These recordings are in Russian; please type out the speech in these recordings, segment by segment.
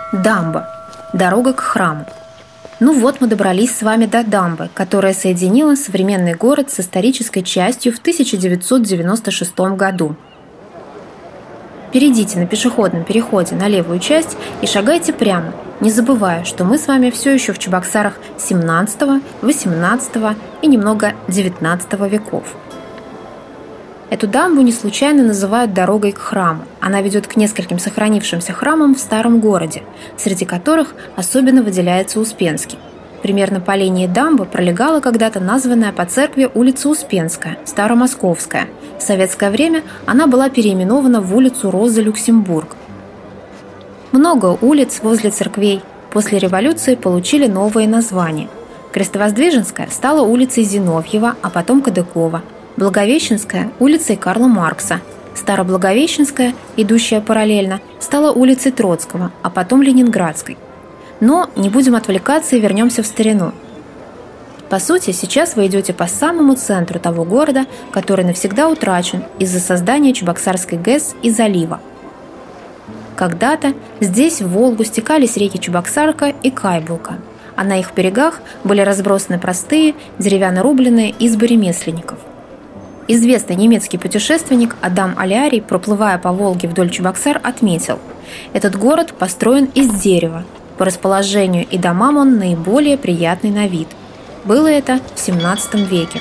Дамба. Дорога к храму. Ну вот мы добрались с вами до дамбы, которая соединила современный город с исторической частью в 1996 году. Перейдите на пешеходном переходе на левую часть и шагайте прямо, не забывая, что мы с вами все еще в Чебоксарах 17, 18 и немного 19 веков. Эту дамбу не случайно называют дорогой к храму. Она ведет к нескольким сохранившимся храмам в старом городе, среди которых особенно выделяется Успенский. Примерно по линии дамбы пролегала когда-то названная по церкви улица Успенская, Старомосковская. В советское время она была переименована в улицу Розы Люксембург. Много улиц возле церквей после революции получили новые названия. Крестовоздвиженская стала улицей Зиновьева, а потом Кадыкова. Благовещенская – улицей Карла Маркса. Староблаговещенская, идущая параллельно, стала улицей Троцкого, а потом Ленинградской. Но не будем отвлекаться и вернемся в старину. По сути, сейчас вы идете по самому центру того города, который навсегда утрачен из-за создания Чебоксарской ГЭС и залива. Когда-то здесь в Волгу стекались реки Чебоксарка и Кайбулка, а на их берегах были разбросаны простые деревянно-рубленные избы ремесленников. Известный немецкий путешественник Адам Алярий, проплывая по Волге вдоль Чебоксар, отметил: этот город построен из дерева, по расположению и домам он наиболее приятный на вид. Было это в 17 веке.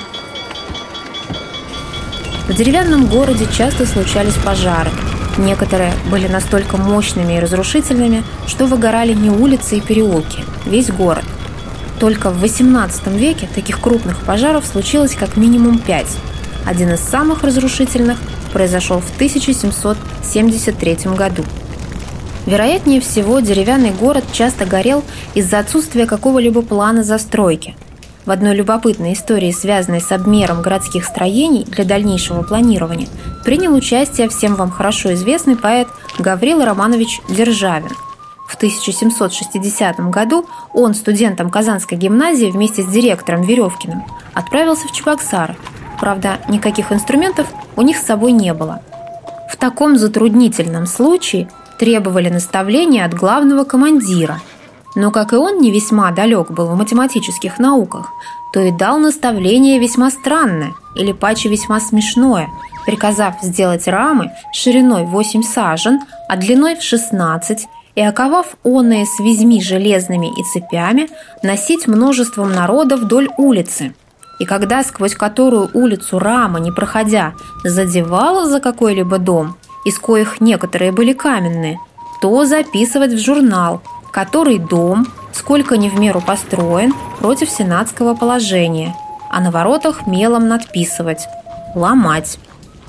В деревянном городе часто случались пожары. Некоторые были настолько мощными и разрушительными, что выгорали не улицы и переулки, весь город. Только в 18 веке таких крупных пожаров случилось как минимум 5. Один из самых разрушительных произошел в 1773 году. Вероятнее всего, деревянный город часто горел из-за отсутствия какого-либо плана застройки. В одной любопытной истории, связанной с обмером городских строений для дальнейшего планирования, принял участие всем вам хорошо известный поэт Гаврил Романович Державин. В 1760 году он, студентом Казанской гимназии вместе с директором Веревкиным, отправился в Чебоксары. Правда, никаких инструментов у них с собой не было. В таком затруднительном случае требовали наставления от главного командира. Но, как и он не весьма далек был в математических науках, то и дал наставление весьма странное, или паче весьма смешное, приказав сделать рамы шириной 8 сажен, а длиной в 16, и, оковав оные связьми железными и цепями, носить множеством народа вдоль улицы. И когда сквозь которую улицу рама, не проходя, задевала за какой-либо дом, из коих некоторые были каменные, то записывать в журнал, который дом, сколько не в меру построен, против сенатского положения, а на воротах мелом надписывать «ломать».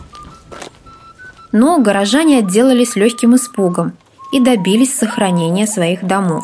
Но горожане отделались легким испугом и добились сохранения своих домов.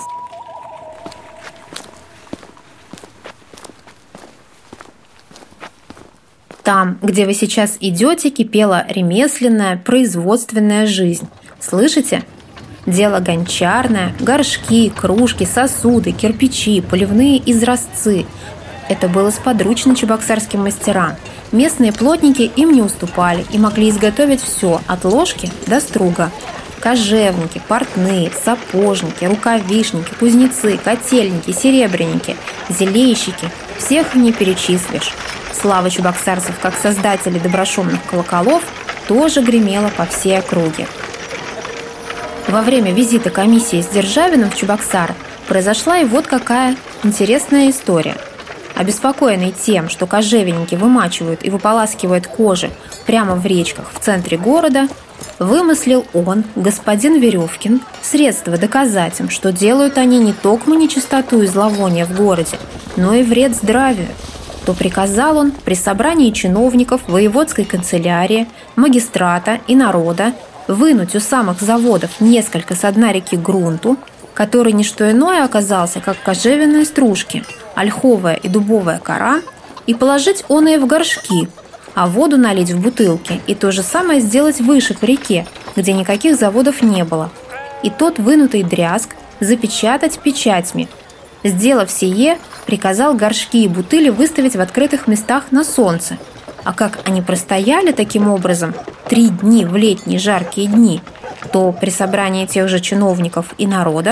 Там, где вы сейчас идете, кипела ремесленная, производственная жизнь. Слышите? Дело гончарное, горшки, кружки, сосуды, кирпичи, поливные изразцы. Это было сподручно чебоксарским мастерам. Местные плотники им не уступали и могли изготовить все, от ложки до струга. Кожевники, портные, сапожники, рукавишники, кузнецы, котельники, серебряники, зелейщики – всех не перечислишь. Слава чебоксарцев как создателей доброшумных колоколов тоже гремела по всей округе. Во время визита комиссии с Державиным в Чебоксары произошла и вот какая интересная история. Обеспокоенный тем, что кожевенники вымачивают и выполаскивают кожи прямо в речках в центре города, вымыслил он, господин Веревкин, средство доказать им, что делают они не только нечистоту и зловоние в городе, но и вред здравию. То приказал он при собрании чиновников воеводской канцелярии, магистрата и народа вынуть у самых заводов несколько со дна реки грунту, который не что иное оказался, как кожевенные стружки, ольховая и дубовая кора, и положить оные в горшки, а воду налить в бутылки, и то же самое сделать выше по реке, где никаких заводов не было, и тот вынутый дрязг запечатать печатьми. Сделав сие, приказал горшки и бутыли выставить в открытых местах на солнце. А как они простояли таким образом 3 дни в летние жаркие дни, то при собрании тех же чиновников и народа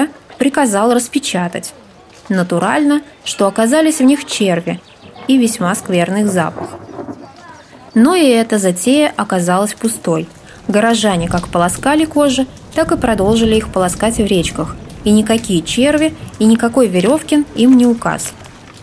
приказал распечатать. Натурально, что оказались в них черви и весьма скверный запах. Но и эта затея оказалась пустой. Горожане как полоскали кожи, так и продолжили их полоскать в речках, и никакие черви и никакой Веревкин им не указ.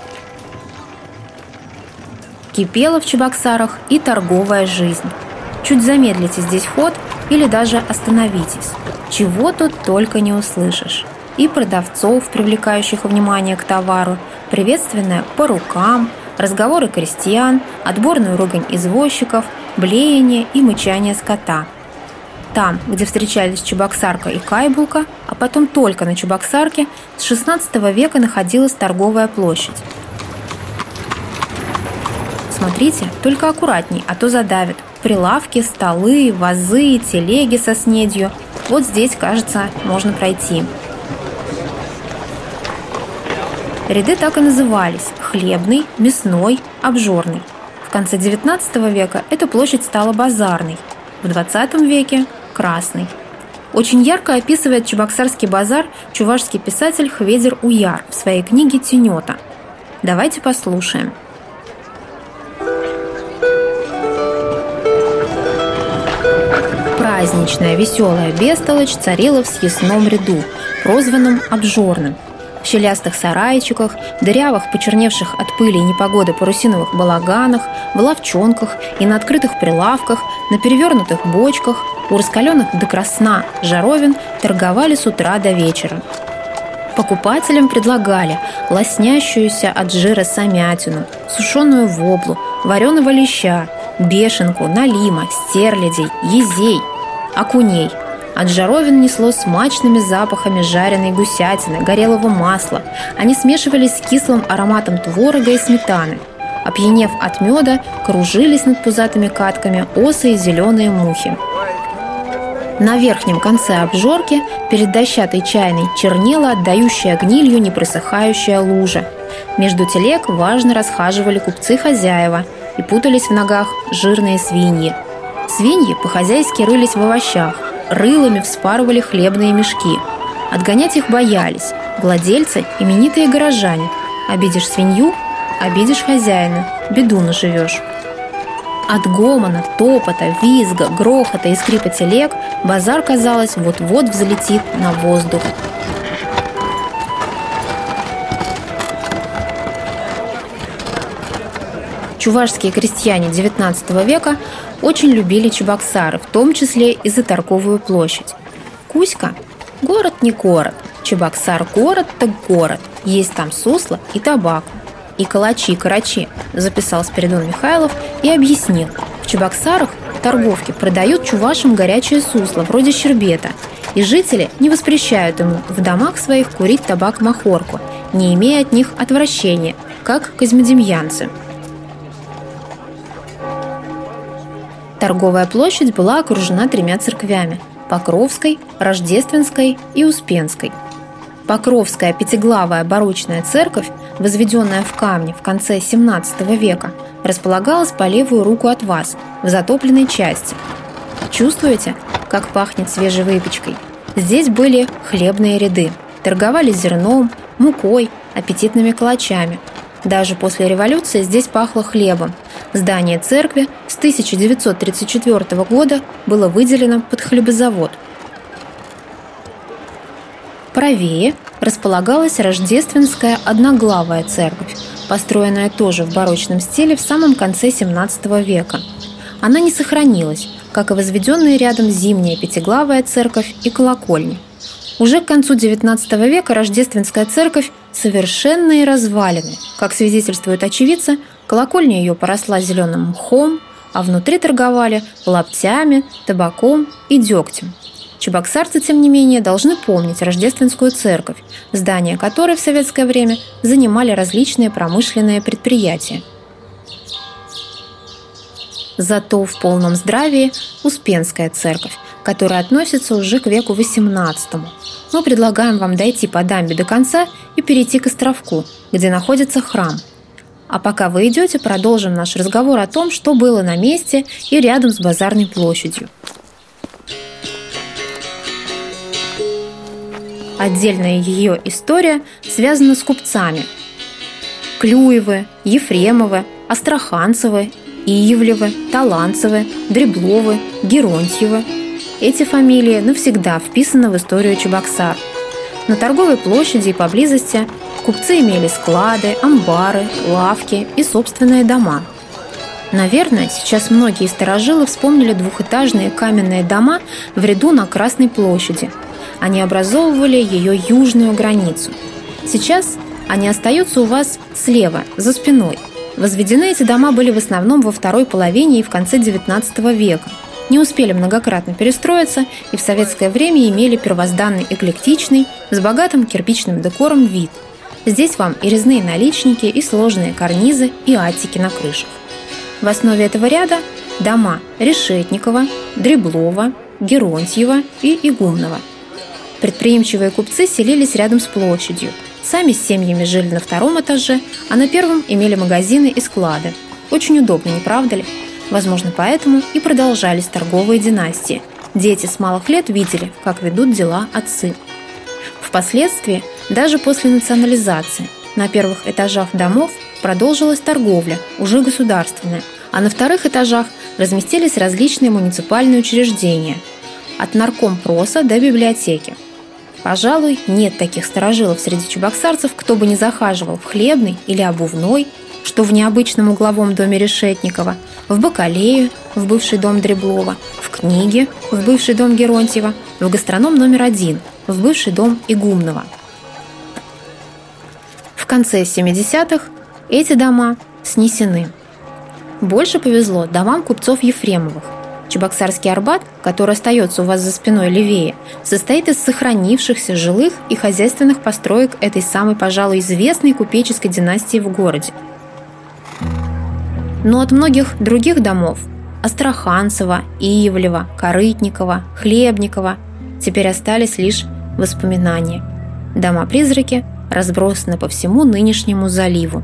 Кипела в Чебоксарах и торговая жизнь. Чуть замедлите здесь ход или даже остановитесь. Чего тут только не услышишь. И продавцов, привлекающих внимание к товару, приветственное по рукам, разговоры крестьян, отборную ругань извозчиков, блеяние и мычание скота. Там, где встречались Чебоксарка и Кайбулка, а потом только на Чебоксарке, с XVI века находилась торговая площадь. Смотрите, только аккуратней, а то задавят. Прилавки, столы, вазы, телеги со снедью. Вот здесь, кажется, можно пройти. Ряды так и назывались – хлебный, мясной, обжорный. В конце XIX века эта площадь стала базарной, в XX веке – красной. Очень ярко описывает Чебоксарский базар чувашский писатель Хведер Уяр в своей книге «Тенета». Давайте послушаем. Праздничная веселая бестолочь царила в съестном ряду, прозванном обжорным. В щелястых сарайчиках, дырявых, почерневших от пыли и непогоды парусиновых балаганах, в лавчонках и на открытых прилавках, на перевернутых бочках, у раскаленных до красна жаровин торговали с утра до вечера. Покупателям предлагали лоснящуюся от жира самятину, сушеную воблу, вареного леща, бешенку, налима, стерлядей, езей, окуней. От жаровин несло смачными запахами жареной гусятины, горелого масла. Они смешивались с кислым ароматом творога и сметаны. Опьянев от меда, кружились над пузатыми катками осы и зеленые мухи. На верхнем конце обжорки перед дощатой чайной чернела отдающая гнилью непросыхающая лужа. Между телег важно расхаживали купцы-хозяева и путались в ногах жирные свиньи. Свиньи по-хозяйски рылись в овощах, рылами вспарывали хлебные мешки. Отгонять их боялись владельцы, именитые горожане. Обидишь свинью – обидишь хозяина, беду наживешь. От гомона, топота, визга, грохота и скрипа телег базар, казалось, вот-вот взлетит на воздух. Чувашские крестьяне XIX века очень любили Чебоксары, в том числе и за торговую площадь. Кузька – город не город, Чебоксар – город так город, есть там сусло и табак. И калачи-карачи, записал Спиридон Михайлов и объяснил. В Чебоксарах торговки продают чувашам горячее сусло, вроде щербета, и жители не воспрещают им в домах своих курить табак-махорку, не имея от них отвращения, как козьмодемьянцы. Торговая площадь была окружена 3 церквями – Покровской, Рождественской и Успенской. Покровская пятиглавая барочная церковь, возведенная в камне в конце XVII века, располагалась по левую руку от вас, в затопленной части. Чувствуете, как пахнет свежей выпечкой? Здесь были хлебные ряды. Торговали зерном, мукой, аппетитными калачами. Даже после революции здесь пахло хлебом. Здание церкви с 1934 года было выделено под хлебозавод. Правее располагалась Рождественская одноглавая церковь, построенная тоже в барочном стиле в самом конце XVII века. Она не сохранилась, как и возведенные рядом зимняя пятиглавая церковь и колокольня. Уже к концу XIX века Рождественская церковь совершенные развалины. Как свидетельствуют очевидцы, колокольня ее поросла зеленым мхом, а внутри торговали лаптями, табаком и дегтем. Чебоксарцы, тем не менее, должны помнить Рождественскую церковь, здания которой в советское время занимали различные промышленные предприятия. Зато в полном здравии Успенская церковь, которая относится уже к веку XVIII. Мы предлагаем вам дойти по дамбе до конца и перейти к островку, где находится храм. А пока вы идете, продолжим наш разговор о том, что было на месте и рядом с базарной площадью. Отдельная ее история связана с купцами. Клюевы, Ефремовы, Астраханцевы, Ивлевы, Таланцевы, Дребловы, Геронтьевы. Эти фамилии навсегда вписаны в историю Чебоксар. На торговой площади и поблизости купцы имели склады, амбары, лавки и собственные дома. Наверное, сейчас многие старожилы вспомнили двухэтажные каменные дома в ряду на Красной площади. Они образовывали ее южную границу. Сейчас они остаются у вас слева, за спиной. Возведены эти дома были в основном во второй половине и в конце XIX века. Не успели многократно перестроиться и в советское время имели первозданный эклектичный, с богатым кирпичным декором вид. Здесь вам и резные наличники, и сложные карнизы, и аттики на крышах. В основе этого ряда дома Решетникова, Дреблова, Геронтьева и Игумнова. Предприимчивые купцы селились рядом с площадью. Сами с семьями жили на втором этаже, а на первом имели магазины и склады. Очень удобно, не правда ли? Возможно, поэтому и продолжались торговые династии. Дети с малых лет видели, как ведут дела отцы. Впоследствии, даже после национализации, на первых этажах домов продолжилась торговля, уже государственная, а на вторых этажах разместились различные муниципальные учреждения, от наркомпроса до библиотеки. Пожалуй, нет таких старожилов среди чебоксарцев, кто бы не захаживал в хлебный или обувной, что в необычном угловом доме Решетникова, в Бакалею, в бывший дом Дреблова, в Книге, в бывший дом Геронтьева, в гастроном номер 1, в бывший дом Игумнова. В конце 70-х эти дома снесены. Больше повезло домам купцов Ефремовых. Чебоксарский Арбат, который остается у вас за спиной левее, состоит из сохранившихся жилых и хозяйственных построек этой самой, пожалуй, известной купеческой династии в городе. Но от многих других домов – Астраханцева, Ивлева, Корытникова, Хлебникова – теперь остались лишь воспоминания. Дома-призраки разбросаны по всему нынешнему заливу.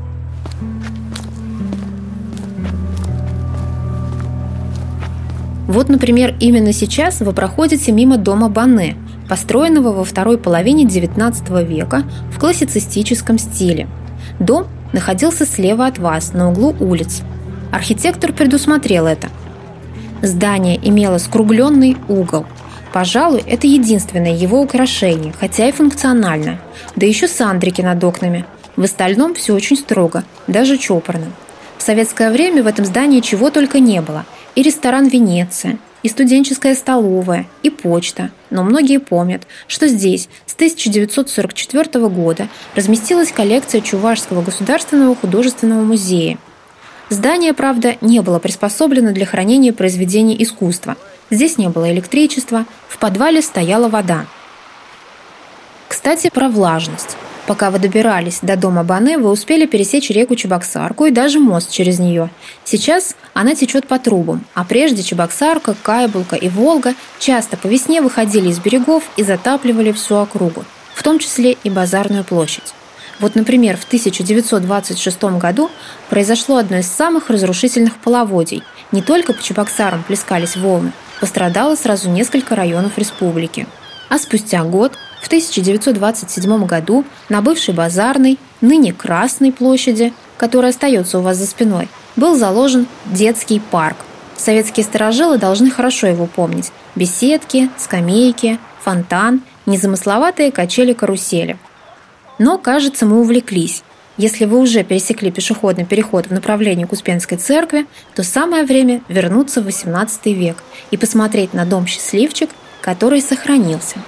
Вот, например, именно сейчас вы проходите мимо дома Бане, построенного во второй половине XIX века в классицистическом стиле. Дом находился слева от вас, на углу улиц. Архитектор предусмотрел это. Здание имело скругленный угол. Пожалуй, это единственное его украшение, хотя и функциональное. Да еще сандрики над окнами. В остальном все очень строго, даже чопорно. В советское время в этом здании чего только не было. И ресторан «Венеция», и студенческая столовая, и почта. Но многие помнят, что здесь с 1944 года разместилась коллекция Чувашского государственного художественного музея. Здание, правда, не было приспособлено для хранения произведений искусства. Здесь не было электричества, в подвале стояла вода. Кстати, про влажность. Пока вы добирались до дома Бане, вы успели пересечь реку Чебоксарку и даже мост через нее. Сейчас она течет по трубам, а прежде Чебоксарка, Кайбулка и Волга часто по весне выходили из берегов и затапливали всю округу, в том числе и Базарную площадь. Вот, например, в 1926 году произошло одно из самых разрушительных половодий. Не только по Чебоксарам плескались волны, пострадало сразу несколько районов республики. А спустя год, в 1927 году, на бывшей Базарной, ныне Красной площади, которая остается у вас за спиной, был заложен детский парк. Советские старожилы должны хорошо его помнить. Беседки, скамейки, фонтан, незамысловатые качели-карусели. Но, кажется, мы увлеклись. Если вы уже пересекли пешеходный переход в направлении к Успенской церкви, то самое время вернуться в XVIII век и посмотреть на дом «Счастливчик», который сохранился.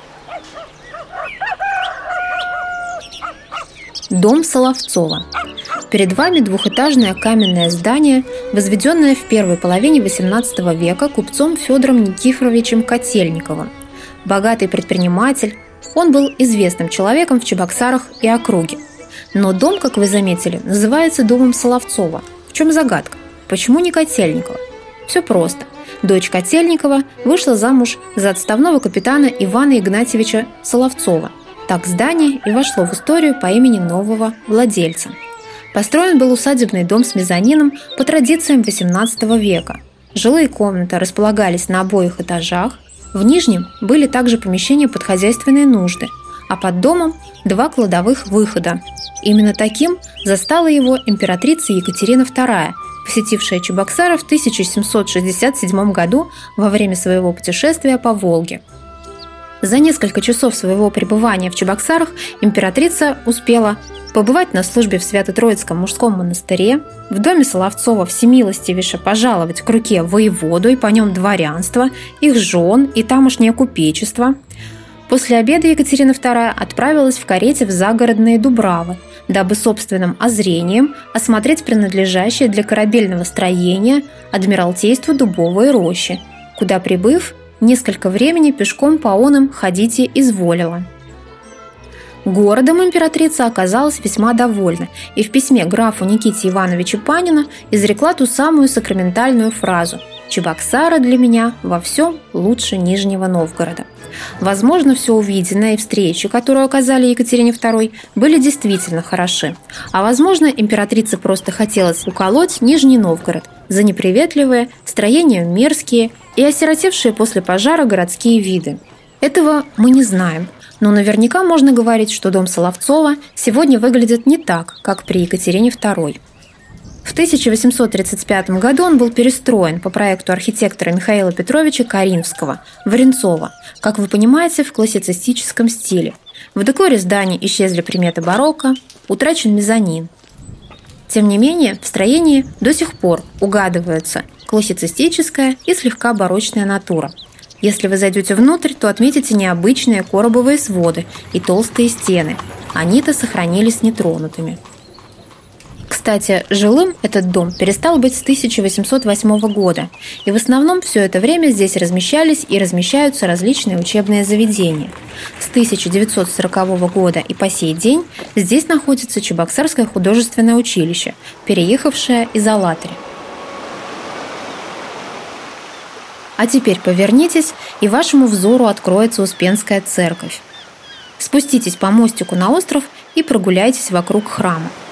Дом Соловцова. Перед вами двухэтажное каменное здание, возведенное в первой половине XVIII века купцом Федором Никифоровичем Котельниковым. Богатый предприниматель, он был известным человеком в Чебоксарах и округе. Но дом, как вы заметили, называется домом Соловцова. В чем загадка? Почему не Котельникова? Все просто. Дочь Котельникова вышла замуж за отставного капитана Ивана Игнатьевича Соловцова. Так здание и вошло в историю по имени нового владельца. Построен был усадебный дом с мезонином по традициям XVIII века. Жилые комнаты располагались на обоих этажах. В нижнем были также помещения под хозяйственные нужды, а под домом 2 кладовых выхода. Именно таким застала его императрица Екатерина II, посетившая Чебоксары в 1767 году во время своего путешествия по Волге. За несколько часов своего пребывания в Чебоксарах императрица успела побывать на службе в Свято-Троицком мужском монастыре, в доме Соловцова всемилостивейше пожаловать к руке воеводу и по нем дворянство, их жен и тамошнее купечество. После обеда Екатерина II отправилась в карете в загородные Дубравы, дабы собственным озрением осмотреть принадлежащее для корабельного строения Адмиралтейству Дубовые Рощи, куда, прибыв, несколько времени пешком по оным ходить изволила. Городом императрица оказалась весьма довольна и в письме графу Никите Ивановичу Панину изрекла ту самую сакраментальную фразу «Чебоксары для меня во всем лучше Нижнего Новгорода». Возможно, все увиденное и встречи, которую оказали Екатерине II, были действительно хороши. А возможно, императрице просто хотелось уколоть Нижний Новгород за неприветливые, строения мерзкие и осиротевшие после пожара городские виды. Этого мы не знаем, но наверняка можно говорить, что дом Соловцова сегодня выглядит не так, как при Екатерине II. В 1835 году он был перестроен по проекту архитектора Михаила Петровича Каринского, Варенцова, как вы понимаете, в классицистическом стиле. В декоре зданий исчезли приметы барокко, утрачен мезонин. Тем не менее, в строении до сих пор угадывается классицистическая и слегка барочная натура. Если вы зайдете внутрь, то отметите необычные коробовые своды и толстые стены. Они-то сохранились нетронутыми. Кстати, жилым этот дом перестал быть с 1808 года, и в основном все это время здесь размещались и размещаются различные учебные заведения. С 1940 года и по сей день здесь находится Чебоксарское художественное училище, переехавшее из Алатыря. А теперь повернитесь, и вашему взору откроется Успенская церковь. Спуститесь по мостику на остров и прогуляйтесь вокруг храма.